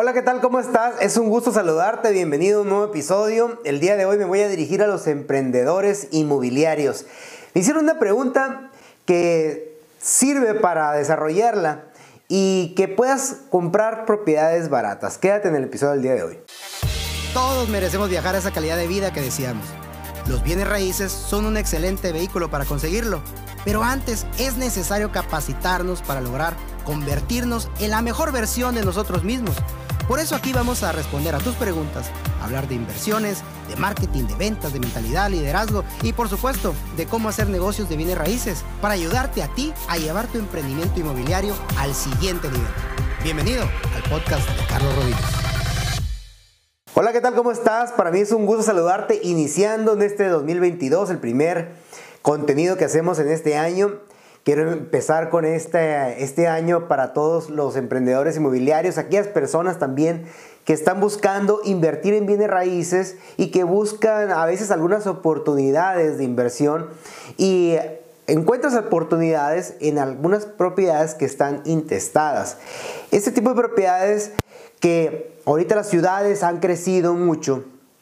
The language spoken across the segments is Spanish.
Hola, ¿qué tal? ¿Cómo estás? Es un gusto saludarte, bienvenido a un nuevo episodio. El día de hoy me voy a dirigir a los emprendedores inmobiliarios. Me hicieron una pregunta que sirve para desarrollarla y que puedas comprar propiedades baratas. Quédate en el episodio del día de hoy. Todos merecemos viajar a esa calidad de vida que deseamos. Los bienes raíces son un excelente vehículo para conseguirlo, pero antes es necesario capacitarnos para lograr convertirnos en la mejor versión de nosotros mismos. Por eso aquí vamos a responder a tus preguntas, hablar de inversiones, de marketing, de ventas, de mentalidad, liderazgo y por supuesto de cómo hacer negocios de bienes raíces para ayudarte a ti a llevar tu emprendimiento inmobiliario al siguiente nivel. Bienvenido al podcast de Carlos Rodríguez. Hola, ¿qué tal? ¿Cómo estás? Para mí es un gusto saludarte iniciando en este 2022, el primer contenido que hacemos en este año. Quiero empezar con este año para todos los emprendedores inmobiliarios, aquellas personas también que están buscando invertir en bienes raíces y que buscan a veces algunas oportunidades de inversión y encuentras oportunidades en algunas propiedades que están intestadas. Este tipo de propiedades que ahorita las ciudades han crecido mucho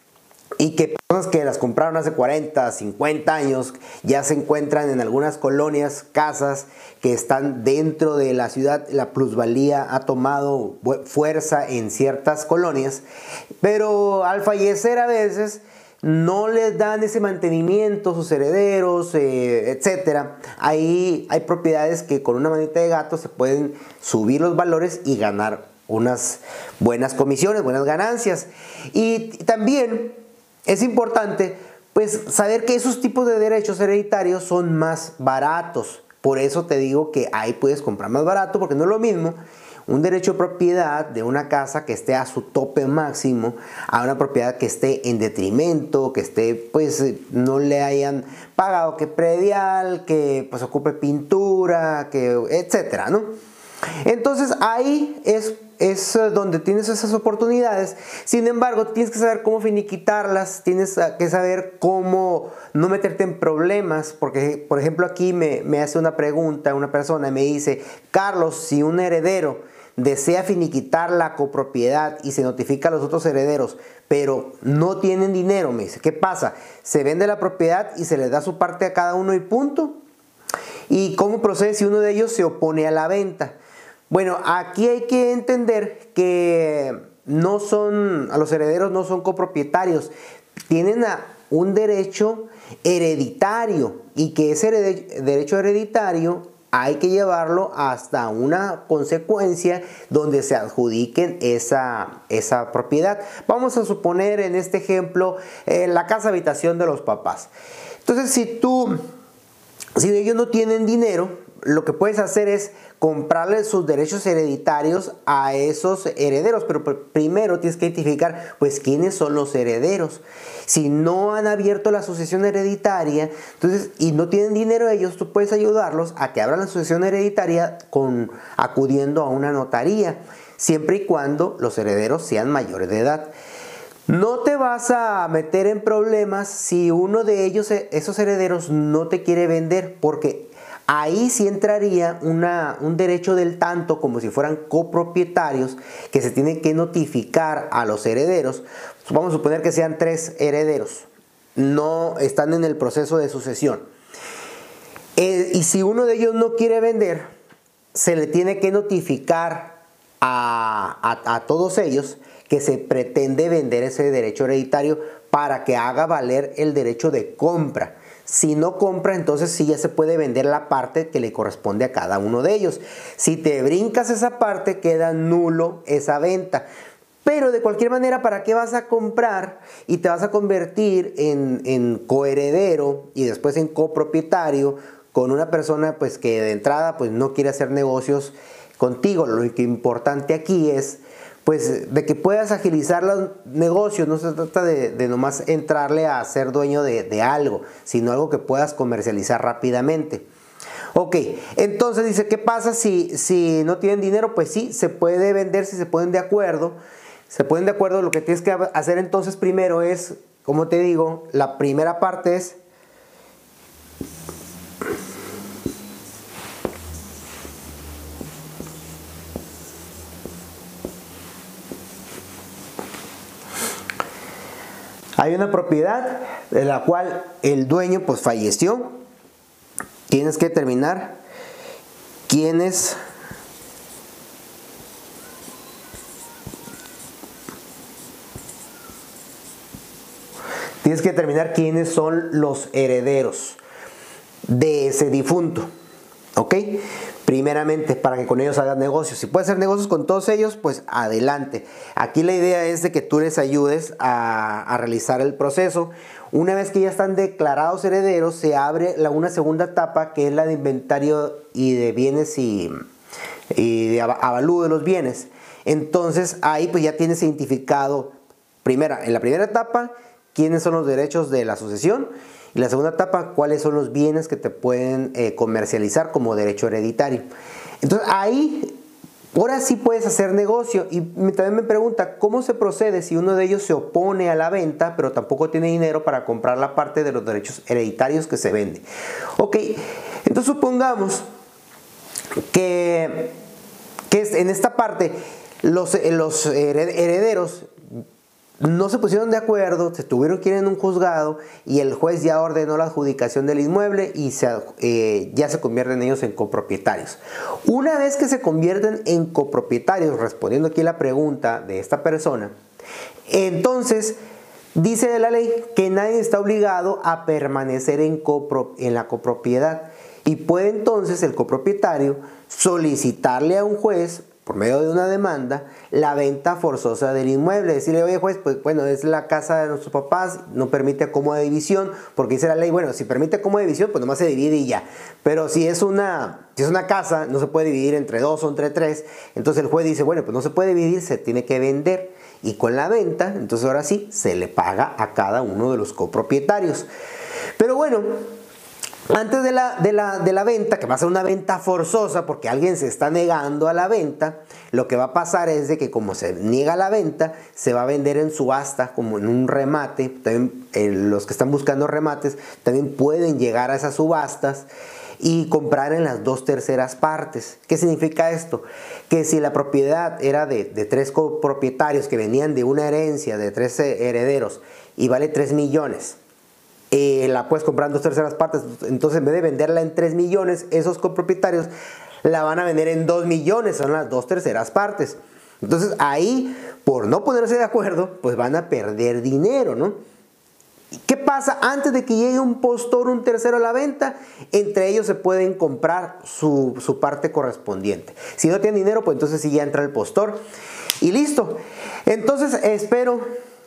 y que personas que las compraron hace 40, 50 años ya se encuentran en algunas colonias, casas que están dentro de la ciudad. La plusvalía ha tomado fuerza en ciertas colonias, pero al fallecer a veces no les dan ese mantenimiento a sus herederos, etcétera. Ahí hay propiedades que con una manita de gato se pueden subir los valores y ganar unas buenas comisiones, buenas ganancias. Y también es importante pues saber que esos tipos de derechos hereditarios son más baratos. Por eso te digo que ahí puedes comprar más barato, porque no es lo mismo un derecho de propiedad de una casa que esté a su tope máximo a una propiedad que esté en detrimento, que esté pues no le hayan pagado que predial, que pues ocupe pintura, que etcétera, ¿no? Entonces ahí es donde tienes esas oportunidades. Sin embargo, tienes que saber cómo finiquitarlas, tienes que saber cómo no meterte en problemas, porque por ejemplo aquí me hace una pregunta una persona y me dice: Carlos, si un heredero desea finiquitar la copropiedad y se notifica a los otros herederos, pero no tienen dinero, me dice, ¿qué pasa? ¿Se vende la propiedad y se les da su parte a cada uno y punto? ¿Y cómo procede si uno de ellos se opone a la venta? Bueno, aquí hay que entender que los herederos no son copropietarios, tienen un derecho hereditario y que ese derecho hereditario hay que llevarlo hasta una consecuencia donde se adjudiquen esa propiedad. Vamos a suponer en este ejemplo la casa habitación de los papás. Entonces, si ellos no tienen dinero, lo que puedes hacer es comprarle sus derechos hereditarios a esos herederos, pero primero tienes que identificar pues quiénes son los herederos. Si no han abierto la sucesión hereditaria, entonces, y no tienen dinero ellos, tú puedes ayudarlos a que abran la sucesión hereditaria acudiendo a una notaría, siempre y cuando los herederos sean mayores de edad. No te vas a meter en problemas si uno de ellos, esos herederos, no te quiere vender, porque ahí sí entraría un derecho del tanto, como si fueran copropietarios, que se tienen que notificar a los herederos. Vamos a suponer que sean 3 herederos, no están en el proceso de sucesión. Y si uno de ellos no quiere vender, se le tiene que notificar a todos ellos que se pretende vender ese derecho hereditario para que haga valer el derecho de compra. Si no compra, entonces sí ya se puede vender la parte que le corresponde a cada uno de ellos. Si te brincas esa parte, queda nulo esa venta. Pero de cualquier manera, ¿para qué vas a comprar y te vas a convertir en coheredero y después en copropietario con una persona pues que de entrada pues no quiere hacer negocios contigo? Lo que importante aquí es pues de que puedas agilizar los negocios. No se trata de nomás entrarle a ser dueño de algo, sino algo que puedas comercializar rápidamente. Ok, entonces dice, ¿qué pasa si no tienen dinero? Pues sí, se puede vender si se ponen de acuerdo. Se ponen de acuerdo, lo que tienes que hacer entonces primero es, como te digo, la primera parte es Hay una propiedad de la cual el dueño pues falleció. Tienes que determinar quiénes son los herederos de ese difunto. ¿Ok? Primeramente, para que con ellos hagas negocios. Si puedes hacer negocios con todos ellos, pues adelante. Aquí la idea es de que tú les ayudes a realizar el proceso. Una vez que ya están declarados herederos, se abre una segunda etapa, que es la de inventario y de bienes y de avalúo de los bienes. Entonces ahí pues ya tienes identificado, en la primera etapa, quiénes son los derechos de la sucesión. Y la segunda etapa, cuáles son los bienes que te pueden comercializar como derecho hereditario. Entonces ahí, ahora sí puedes hacer negocio. Y también me pregunta, ¿cómo se procede si uno de ellos se opone a la venta, pero tampoco tiene dinero para comprar la parte de los derechos hereditarios que se vende? Ok, entonces supongamos que en esta parte los herederos no se pusieron de acuerdo, se tuvieron que ir en un juzgado y el juez ya ordenó la adjudicación del inmueble y ya se convierten ellos en copropietarios. Una vez que se convierten en copropietarios, respondiendo aquí la pregunta de esta persona, entonces dice la ley que nadie está obligado a permanecer en la copropiedad y puede entonces el copropietario solicitarle a un juez, por medio de una demanda, la venta forzosa del inmueble. Decirle, oye juez, pues bueno, es la casa de nuestros papás, no permite cómoda división, porque dice la ley, bueno, si permite cómoda división, pues nomás se divide y ya. Pero si es una casa, no se puede dividir entre dos o entre tres. Entonces el juez dice, bueno, pues no se puede dividir, se tiene que vender. Y con la venta, entonces ahora sí, se le paga a cada uno de los copropietarios. Pero bueno, antes de la venta, que va a ser una venta forzosa porque alguien se está negando a la venta, lo que va a pasar es de que como se niega la venta, se va a vender en subasta, como en un remate. También los que están buscando remates también pueden llegar a esas subastas y comprar en las 2/3 partes. ¿Qué significa esto? Que si la propiedad era de 3 copropietarios que venían de una herencia de 3 herederos y vale 3 millones, la puedes comprar en 2/3 partes. Entonces en vez de venderla en 3 millones, esos copropietarios la van a vender en 2 millones, son las 2/3 partes. Entonces ahí, por no ponerse de acuerdo, pues van a perder dinero, ¿no? ¿Qué pasa? Antes de que llegue un postor, un tercero a la venta, entre ellos se pueden comprar su parte correspondiente. Si no tienen dinero, pues entonces sí ya entra el postor y listo. Entonces espero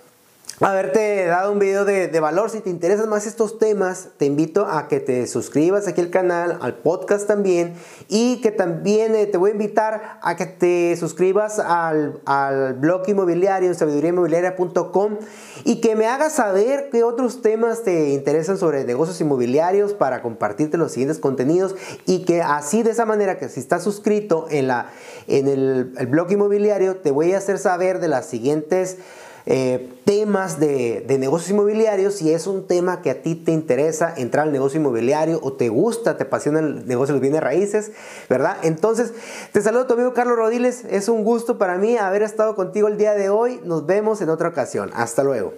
haberte dado un video de valor. Si te interesan más estos temas, te invito a que te suscribas aquí al canal, al podcast también, y que también te voy a invitar a que te suscribas al blog inmobiliario, sabiduriainmobiliaria.com, y que me hagas saber qué otros temas te interesan sobre negocios inmobiliarios para compartirte los siguientes contenidos, y que así, de esa manera, que si estás suscrito en el blog inmobiliario, te voy a hacer saber de las siguientes temas de negocios inmobiliarios. Si es un tema que a ti te interesa entrar al negocio inmobiliario o te gusta, te apasiona el negocio de los bienes raíces, ¿verdad? Entonces, te saludo tu amigo Carlos Rodiles. Es un gusto para mí haber estado contigo el día de hoy. Nos vemos en otra ocasión. Hasta luego.